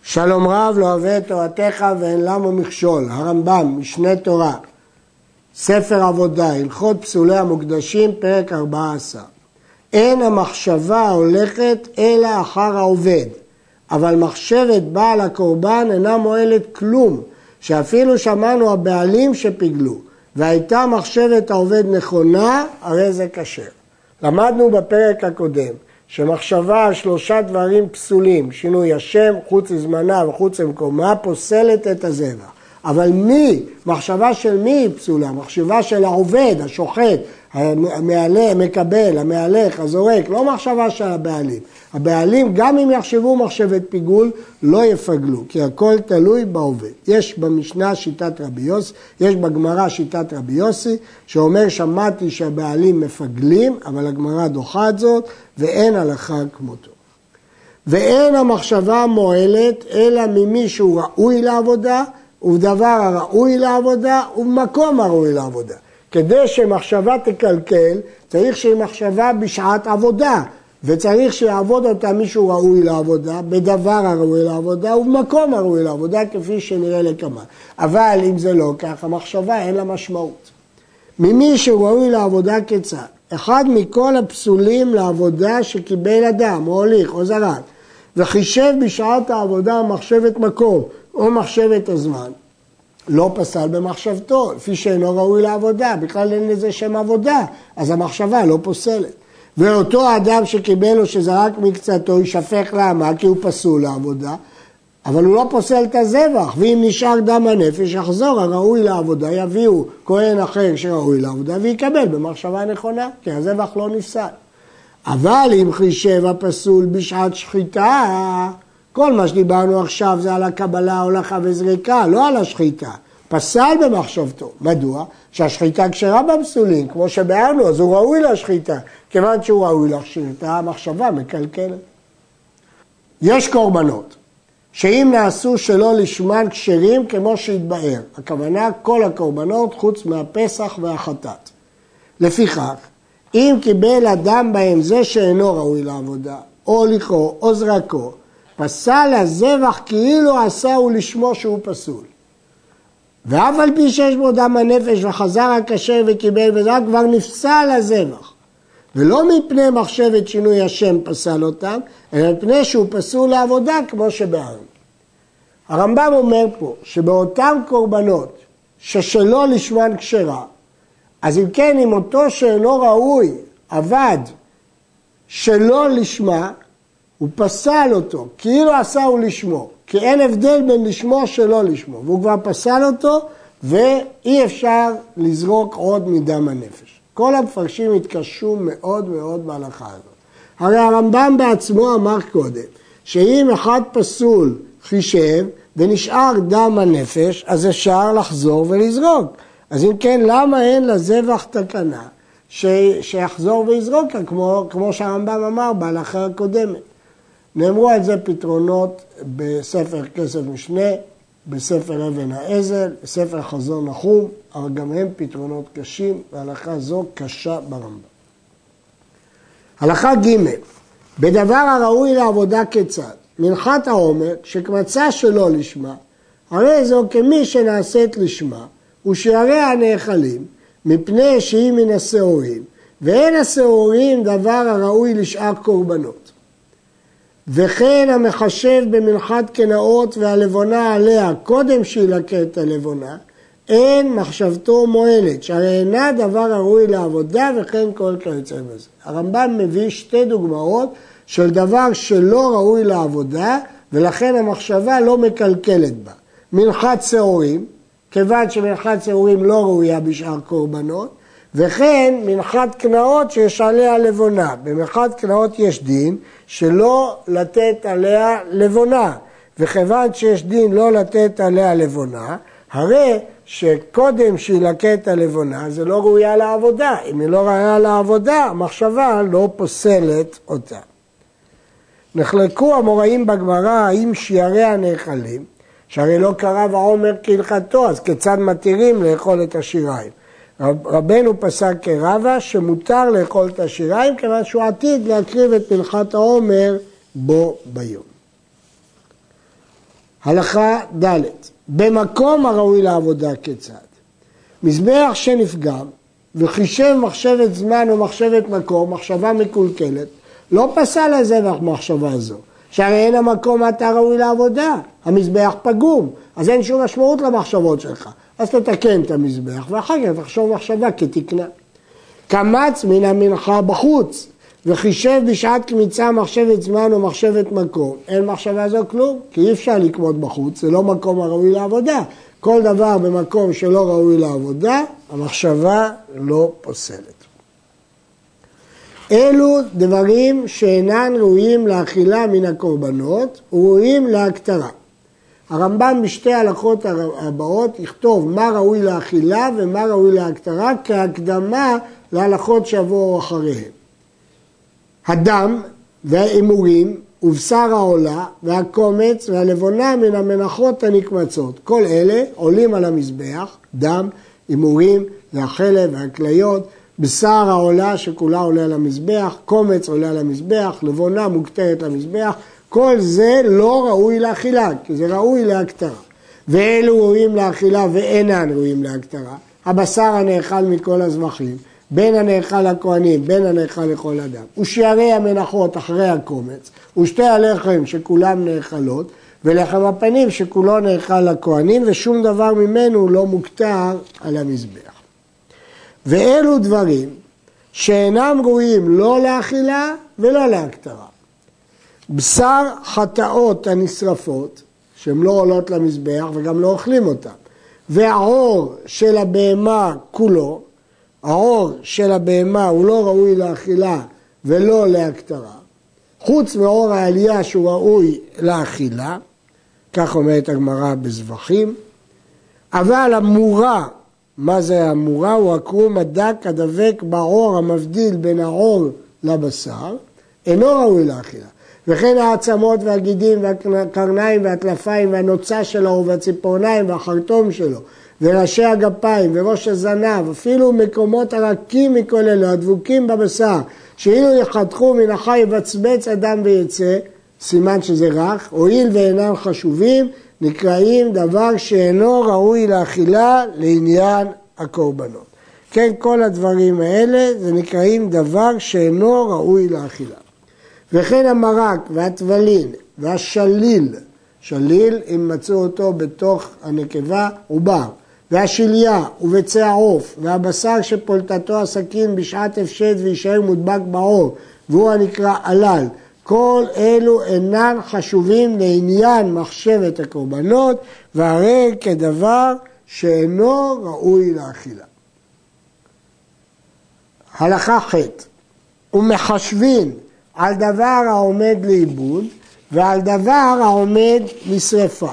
שלום רב לא אוהב את תורתך ואין למה מכשול. הרמב"ם, משנה תורה, ספר עבודה, הלכות פסולי המוקדשים, פרק 14. אין המחשבה הולכת אלא אחר העובד, אבל מחשבת בעל הקורבן אינה מועלת כלום, שאפילו שמענו הבעלים שפיגלו, והייתה מחשבת העובד נכונה, הרי זה כשר. למדנו בפרק הקודם שמחשבה על 3 דברים פסולים, שינוי השם, חוץ לזמנה וחוץ למקומה, פוסלת את הזבח. אבל מחשבה של מי היא פסולה? מחשבה של העובד, השוחט, המקבל, המהלך, הזורק, לא מחשבה של הבעלים. הבעלים, גם אם יחשבו מחשבת פיגול, לא יפגלו, כי הכל תלוי בעובד. יש במשנה שיטת רבי יוסי, יש בגמרא שיטת רבי יוסי, שאומר שמעתי שהבעלים מפגלים, אבל הגמרא דוחה את זאת, ואין הלכה כמותו. ואין המחשבה מועלת, אלא ממי שהוא ראוי לעבודה, ובדבר הראוי לעבודה, ובמקום הראוי לעבודה. כדי שמחשבה תקלקל, צריך שהיא מחשבה בשעת עבודה, וצריך שיעבוד אותה מישהו ראוי לעבודה, בדבר הראוי לעבודה, ובמקום הראוי לעבודה, כפי שנראה לכמה. אבל אם זה לא כך, המחשבה אין לה משמעות. ממי שהוא ראוי לעבודה כיצד? אחד מכל הפסולים לעבודה שקיבל אדם, או הוליך, או זרק, וחישב בשעת העבודה מחשבת מקום, או מחשבת הזמן, לא פסל במחשבתו, לפי שאינו ראוי לעבודה, בכלל אין לזה שם עבודה, אז המחשבה לא פוסלת. ואותו האדם שקיבל לו שזרק מקצתו, ישפך למה? כי הוא פסול לעבודה, אבל הוא לא פוסל את הזבח, ואם נשאר דם הנפש, יחזור הראוי לעבודה, יביאו כהן אחר שראוי לעבודה, ויקבל במחשבה נכונה, כי הזבח לא נפסל. אבל אם חישב הפסול בשעת שחיטה, כל מה שדיברנו עכשיו זה על הקבלה, הולכה וזריקה, לא על השחיטה. פסל במחשבתו. מדוע? שהשחיטה כשרה בפסולים, כמו שבארנו, אז הוא ראוי לשחיטה. כיוון שהוא ראוי לשחיטה, המחשבה מקלקלת. יש קורבנות, שאם נעשו שלא לשמן כשרים כמו שהתבאר. הכוונה כל הקורבנות חוץ מהפסח והחטאת. לפיכך, אם קיבל אדם בהם זה שאינו ראוי לעבודה, או הוליכו או זרקו, פסל הזבח כאילו עשהו לשמו שהוא פסול. ואף על פי שיש בו דם הנפש וחזר הכשר וקיבל וזרק, כבר נפסל הזבח. ולא מפני מחשבת שינוי השם פסל אותם, אלא מפני שהוא פסול לעבודה כמו שבארנו. הרמב"ם אומר פה שבאותם קורבנות ששלא לשמן כשרה, אז אם כן, אם אותו שאינו ראוי עבד שלא לשמה, הוא פסל אותו, כאילו עשהו לשמו, כי אין הבדל בין לשמו שלא לשמו, והוא כבר פסל אותו, ואי אפשר לזרוק עוד מדם הנפש. כל המפרשים התקשו מאוד מאוד בהלכה הזאת. הרי הרמב"ם בעצמו אמר קודם, שאם אחד פסול חישב ונשאר דם הנפש, אז אפשר לחזור ולזרוק. אז אם כן, למה אין לזבח תקנה שיחזור ויזרוק, כמו שהרמב"ם אמר בהלכה הקודמת? נאמרו על זה פתרונות בספר כסף משנה, בספר אבן העזל, בספר חזון נחום, אבל גם הם פתרונות קשים, והלכה זו קשה ברמב"ם. הלכה ג' בדבר הראוי לעבודה כיצד? מנחת העומר, שמצא שלא לשמה, הרי זו כמי שנעשית לשמה, ושעריה נאכלים, מפני שהיא מן השעורים, ואין השעורים דבר הראוי לשאר קורבנות. וכן המחשב במנחת קנאות והלבונה עליה קודם שילקה את הלבונה, אין מחשבתו מועלת, שהרי אינה דבר הראוי לעבודה וכן כל כיוצא בזה. הרמב"ם מביא 2 דוגמאות של דבר שלא ראוי לעבודה, ולכן המחשבה לא מקלקלת בה. מנחת שעורים, כיוון שמנחת שעורים לא ראויה בשאר קורבנות, וכן מנחת קנאות שיש עליה לבונה. במנחת קנאות יש דין שלא לתת עליה לבונה, וכיוון שיש דין לא לתת עליה לבונה, הרי שקודם שילקה את הלבונה זה לא ראויה לעבודה. אם היא לא ראויה לעבודה, המחשבה לא פוסלת אותה. נחלקו המוראים בגמרא האם שיעריה נאכלים, שהרי לא קרב העומר כהלכתו, אז כיצד מתירים לאכול את השיריים? רבנו פסק כרבה שמותר לאכול את השיריים, כיוון שהוא עתיד להקריב את מלכת העומר בו ביום. הלכה ד' במקום הראוי לעבודה כיצד? מזבח שנפגם וחישב מחשבת זמן או מחשבת מקום, מחשבה מקולקלת, לא פסל הזבח מחשבה זו, שהרי אין המקום אתה ראוי לעבודה, המזבח פגום, אז אין שום משמעות למחשבות שלך, אז תתקן את המזבח ואחר כך תחשוב מחשבה כתקנה. קמץ מן המנחה בחוץ וחישב בשעת קמיצה מחשבת זמן או מחשבת מקום, אין מחשבה זו כלום, כי אי אפשר לקמות בחוץ, זה לא מקום הראוי לעבודה. כל דבר במקום שלא ראוי לעבודה, המחשבה לא פוסלת. אלו דברים שאינן ראויים לאכילה מן הקורבנות, וראויים להקטרה. הרמב"ם בשתי הלכות הבאות יכתוב מה ראוי לאכילה ומה ראוי להקטרה, כהקדמה להלכות שיבואו אחריהם. הדם והאימורים ובשר העולה והקומץ והלבונה מן המנחות הנקמצות. כל אלה עולים על המזבח, דם, אימורים והחלב והכליות, בשר העולה שכולה עולה על המזבח, קומץ עולה על המזבח, לבונה מוקטרת למזבח, כל זה לא ראוי לאכילה, כי זה ראוי להקטרה. ואלו ראויים לאכילה ואינן ראויים להקטרה. הבשר הנאכל מכל הזבחים, בין הנאכל לכהנים, בין הנאכל לכל אדם. ושערי המנחות אחרי הקומץ, ושתי הלחם שכולם נאכלות, ולחם הפנים שכולו נאכל לכהנים, ושום דבר ממנו לא מוקטר על המזבח. ואלו דברים שאינם ראויים לא לאכילה ולא להקטרה. בשר חטאות הנשרפות, שהן לא עולות למזבח וגם לא אוכלים אותן, והעור של הבהמה כולו, העור של הבהמה הוא לא ראוי לאכילה ולא להקטרה, חוץ מעור העלייה שהוא ראוי לאכילה, כך אומרת הגמרא בזבחים, אבל המורה, מה זה המורה? הוא הקרום הדק הדבק בעור המבדיל בין העור לבשר, אינו ראוי לאכילה. וכן העצמות והגידים והקרניים והטלפיים והנוצה שלו והציפורניים והחרטום שלו וראשי הגפיים וראש הזנב, אפילו מקומות הרכים מכל אלו, הדבוקים בבשר, שאילו יחתכו מן החי יבצבץ אדם ויצא, סימן שזה רך, הואיל ואינם חשובים, נקראים דבר שאינו ראוי לאכילה לעניין הקורבנות. כן, כל הדברים האלה זה נקראים דבר שאינו ראוי לאכילה. וכן המרק והטבלין והשליל, שליל אם מצאו אותו בתוך הנקבה עובר, והשליה וביצי העוף והבשר שפולטתו הסכין בשעת הפשט וישאר מודבק בעור והוא הנקרא עלל, כל אלו אינן חשובים לעניין מחשבת הקורבנות והרי כדבר שאינו ראוי לאכילה. הלכה ח' ומחשבין על דבר העומד לאיבוד ועל דבר העומד לשרפה.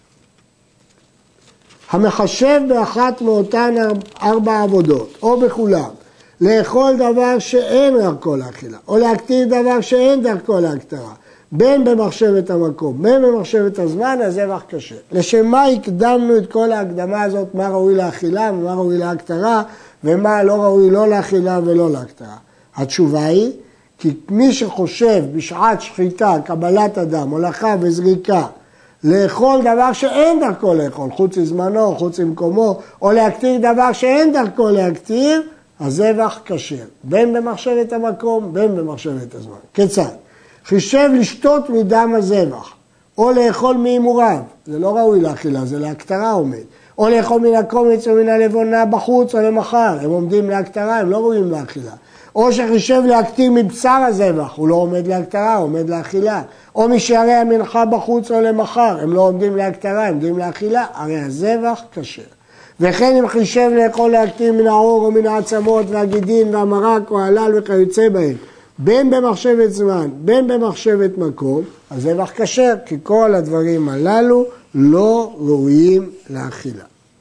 המחשב באחת מאותן 4 עבודות, או בכולם, לאכול דבר שאין דרכו לאכילה, או להקטיר דבר שאין דרכו להקטרה, בין במחשבת המקום, בין במחשבת הזמן, הזבח כשר. לשם מה הקדמנו את כל ההקדמה הזאת, מה ראוי לאכילה ומה ראוי להקטרה, ומה לא ראוי לא לאכילה ולא להקטרה. התשובה היא, כי מי שחושב בשעת שחיטה, קבלת אדם, הולכה וזריקה, לאכול דבר שאין דרכו לאכול, חוץ מזמנו, חוץ ממקומו, או להקטיר דבר שאין דרכו להקטיר, הזבח כשר, בין במחשבת המקום, בין במחשבת הזמן. כיצד? חישב לשתות מדם הזבח, או לאכול מאימוריו, זה לא ראוי לאכילה, זה להקטרה עומד, או לאכול מן הקומץ או מן הלבונה בחוץ או למחר, הם עומדים להקטרה, הם לא ראויים לאכילה. או שחישב להקטיר מבשר הזבח, הוא לא עומד להקטרה, הוא עומד לאכילה. או משערי המנחה בחוץ או למחר, הם לא עומדים להקטרה, הם עומדים לאכילה, הרי הזבח כשר. וכן אם חישב לאכול להקטיר מן העור או מן העצמות והגידים והמרק או הלל וכיוצא בהם, בין במחשבת זמן, בין במחשבת מקום, הזבח כשר, כי כל הדברים הללו לא ראויים לאכילה.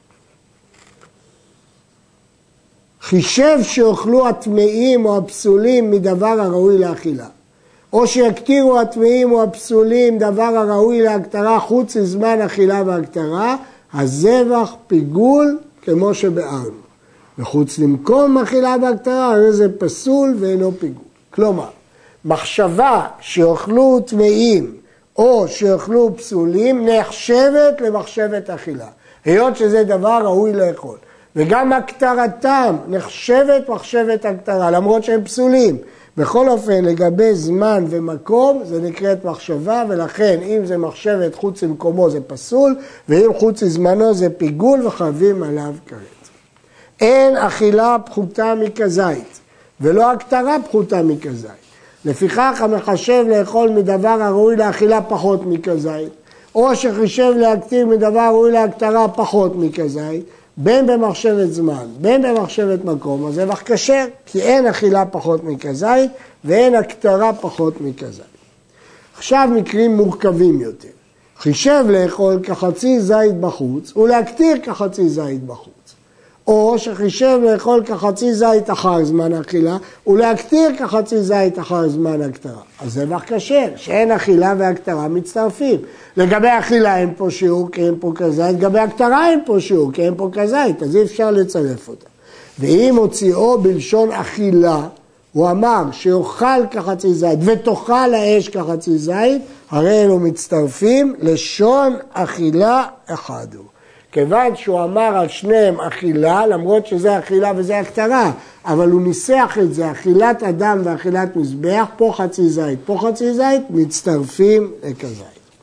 חישב שאוכלו הטמאים או הפסולים מדבר הראוי לאכילה, או שיקטירו הטמאים או הפסולים דבר הראוי להקטרה חוץ לזמן אכילה והקטרה, הזבח פיגול כמו שבארנו. וחוץ למקום אכילה והקטרה, הרי זה פסול ואינו פיגול. כלומר, מחשבה שאוכלו טמאים או שיאכלו פסולים נחשבת למחשבת אכילה. היות שזה דבר ראוי לאכול. וגם הקטרתם נחשבת מחשבת הקטרה, למרות שהם פסולים. בכל אופן, לגבי זמן ומקום, זה נקראת מחשבה, ולכן אם זה מחשבת חוץ ממקומו זה פסול, ואם חוץ מזמנו זה פיגול וחייבים עליו כרת. אין אכילה פחותה מכזית, ולא הקטרה פחותה מכזית. לפיכך המחשב לאכול מדבר הראוי לאכילה פחות מכזית, או שחישב להקטיר מדבר ראוי להקטרה פחות מכזית, בין במחשבת זמן, בין במחשבת מקום, אז זה לך כשר, כי אין אכילה פחות מכזית, ואין הקטרה פחות מכזית. עכשיו מקרים מורכבים יותר. חישב לאכול כחצי זית בחוץ, ולהקטיר כחצי זית בחוץ. או שחישב לאכול כחצי זית אחר זמן אכילה, ולהקטיר כחצי זית אחר זמן הקטרה. אז זה לך כשר, שאין אכילה והקטרה מצטרפים. לגבי אכילה אין פה שיעור, כי אין פה כזית, לגבי הקטרה אין פה שיעור, כי אין פה כזית, אז אי אפשר לצרף אותה. ואם הוציאו בלשון אכילה, הוא אמר שיאכל כחצי זית ותאכל האש כחצי זית, הרי אלו מצטרפים, לשון אכילה אחד הוא. כיוון שהוא אמר על שניהם אכילה, למרות שזה אכילה וזה הקטרה, אבל הוא ניסח את זה, אכילת אדם ואכילת מזבח, פה חצי זית, פה חצי זית, מצטרפים לכזית.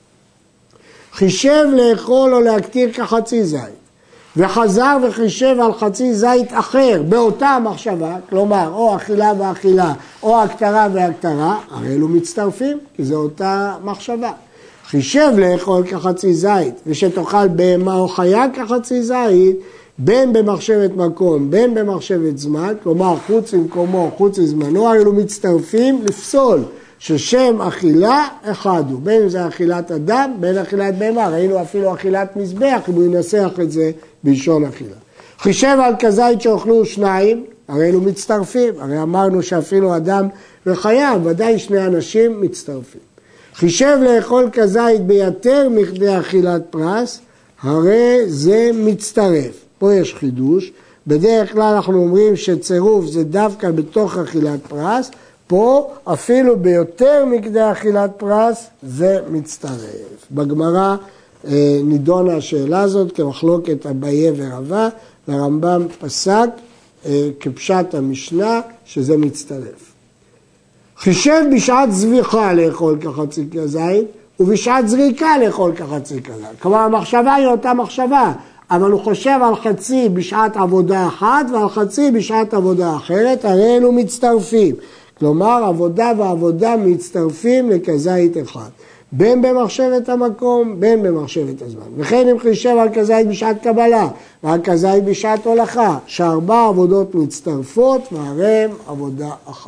חישב לאכול או להקטיר כחצי זית, וחזר וחישב על חצי זית אחר, באותה המחשבה, כלומר, או אכילה ואכילה, או הקטרה והקטרה, הרי אלו מצטרפים, כי זו אותה מחשבה. חישב לאכול כחצי זית, ושתאכל בהמה או חיה כחצי זית, בין במחשבת מקום, בין במחשבת זמן, כלומר חוץ ממקומו, חוץ מזמנו, הרי אלו מצטרפים לפסול, ששם אכילה אחד הוא, בין אם זה אכילת אדם, בין אכילת בהמה, ראינו אפילו אכילת מזבח, אם הוא ינסח את זה בלשון אכילה. חישב על כזית שאוכלו שניים, הרי אלו מצטרפים, הרי אמרנו שאפילו אדם וחיה, ודאי שני אנשים מצטרפים. חישב לאכול כזית ביותר מכדי אכילת פרס, הרי זה מצטרף. פה יש חידוש, בדרך כלל אנחנו אומרים שצירוף זה דווקא בתוך אכילת פרס, פה אפילו ביותר מכדי אכילת פרס זה מצטרף. בגמרא נידונה השאלה הזאת כמחלוקת אביי ורבא, והרמב"ם פסק כפשט המשנה שזה מצטרף. חישב בשעת זביחה לאכול כחצי כזית, ובשעת זריקה לאכול כחצי כזית. כלומר, המחשבה היא אותה מחשבה, אבל הוא חושב על חצי בשעת עבודה אחת, ועל חצי בשעת עבודה אחרת, הרי אלו מצטרפים. כלומר, עבודה ועבודה מצטרפים לכזית אחד. בין במחשבת המקום, בין במחשבת הזמן. וכן אם חישב על כזית בשעת קבלה, ועל כזית בשעת הולכה, שארבע עבודות מצטרפות, והרי הם עבודה אחת.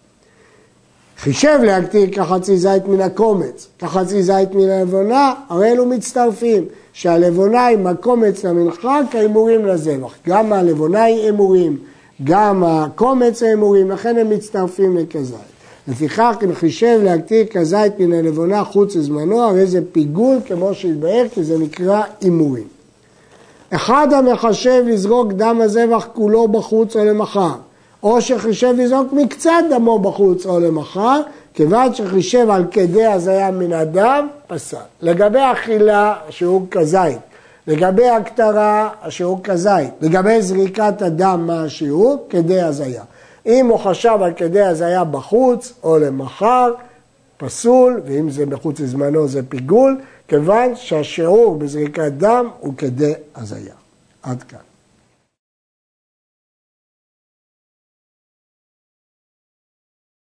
חישב להקטיר כחצי זית מן הקומץ, כחצי זית מן הלבונה, הרי אלו מצטרפים, שהלבונה עם הקומץ למנחה כאמורים לזבח. גם הלבונה היא אמורים, גם הקומץ האמורים, לכן הם מצטרפים לכזית. לפיכך אם חישב להקטיר כזית מן הלבונה חוץ לזמנו, הרי זה פיגול כמו שהתבאר, כי זה נקרא אמורים. אחד המחשב לזרוק דם הזבח כולו בחוץ או למחר, או שחישב לזרוק מקצת דמו בחוץ או למחר, כיוון שחישב על כדי הזיה מן הדם, פסל. לגבי אכילה שהוא כזית, לגבי הקטרה שהוא כזית, לגבי זריקת הדם מה השיעור, כדי הזיה. אם הוא חשב על כדי הזיה בחוץ או למחר, פסול, ואם זה בחוץ לזמנו זה פיגול, כיוון שהשיעור בזריקת דם הוא כדי הזיה. עד כאן.